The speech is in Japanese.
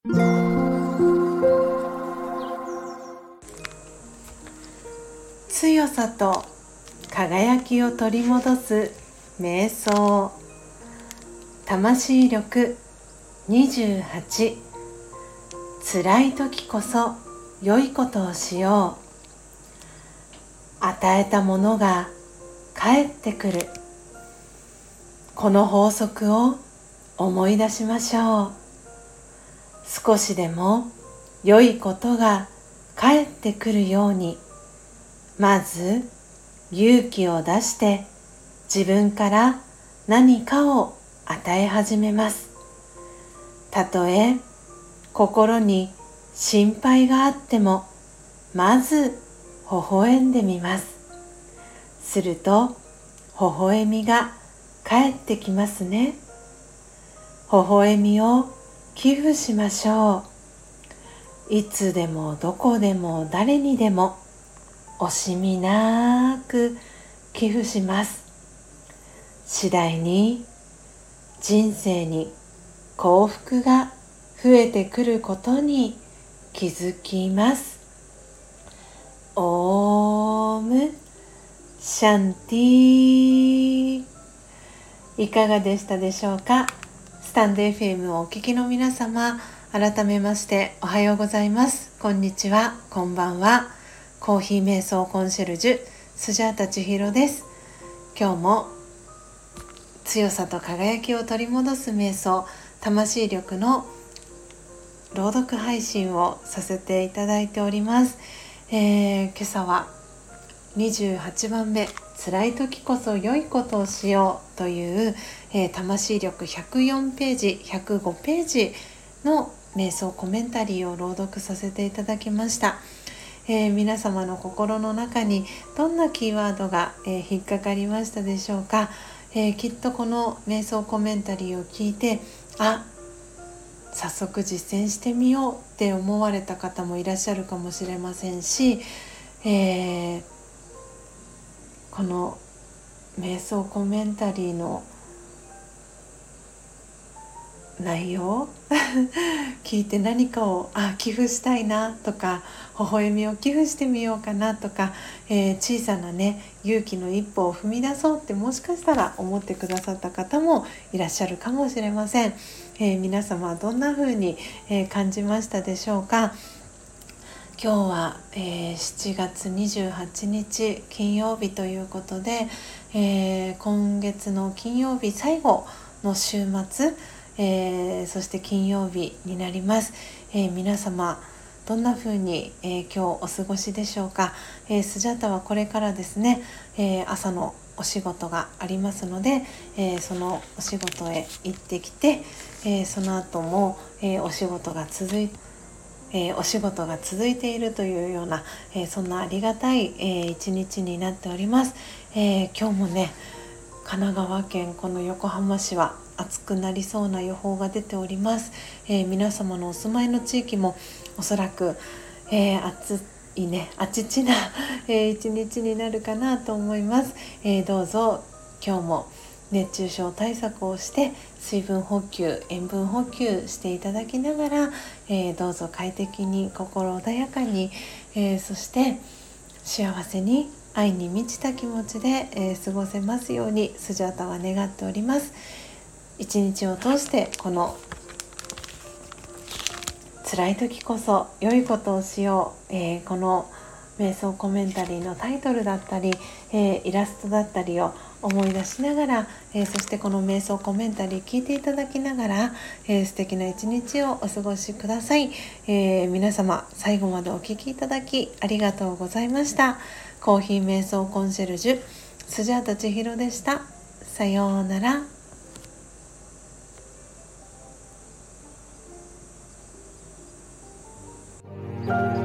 強さと輝きを取り戻す瞑想。魂力28。辛い時こそ良いことをしよう。与えたものが返ってくる。この法則を思い出しましょう。少しでも良いことが返ってくるように、まず勇気を出して自分から何かを与え始めます。たとえ心に心配があっても、まず微笑んでみます。すると微笑みが返ってきますね。微笑みを寄付しましょう。いつでもどこでも誰にでも惜しみなく寄付します。次第に人生に幸福が増えてくることに気づきます。オームシャンティ。いかがでしたでしょうか。スタンド FM をお聞きの皆様、改めましておはようございます。こんにちは、こんばんは。コーヒー瞑想コンシェルジュスジャータ千尋です。今日も強さと輝きを取り戻す瞑想、魂力の朗読配信をさせていただいております。今朝は28番目、辛い時こそ良いことをしようという、魂力104ページ105ページの瞑想コメンタリーを朗読させていただきました。皆様の心の中にどんなキーワードが、引っかかりましたでしょうか。きっとこの瞑想コメンタリーを聞いて、早速実践してみようって思われた方もいらっしゃるかもしれませんし、この瞑想コメンタリーの内容聞いて何かを寄付したいなとか、微笑みを寄付してみようかなとか、小さなね勇気の一歩を踏み出そうってもしかしたら思ってくださった方もいらっしゃるかもしれません。皆様はどんな風に、感じましたでしょうか。今日は、7月28日金曜日ということで、今月の金曜日最後の週末、そして金曜日になります。皆様どんな風に、今日お過ごしでしょうか。スジャタはこれからですね、朝のお仕事がありますので、そのお仕事へ行ってきて、その後も、お仕事が続いているというような、そんなありがたい、一日になっております。今日もね、神奈川県この横浜市は暑くなりそうな予報が出ております。皆様のお住まいの地域もおそらく、暑いね、あちちな、一日になるかなと思います。どうぞ今日も熱中症対策をして水分補給、塩分補給していただきながら、どうぞ快適に心穏やかに、そして幸せに愛に満ちた気持ちで、過ごせますようにスジャータは願っております。一日を通してこの辛い時こそ良いことをしよう、この瞑想コメンタリーのタイトルだったり、イラストだったりを思い出しながら、そしてこの瞑想コメンタリー聞いていただきながら、素敵な一日をお過ごしください。皆様最後までお聞きいただきありがとうございました。コーヒー瞑想コンシェルジュスジャータ千尋でした。さようなら。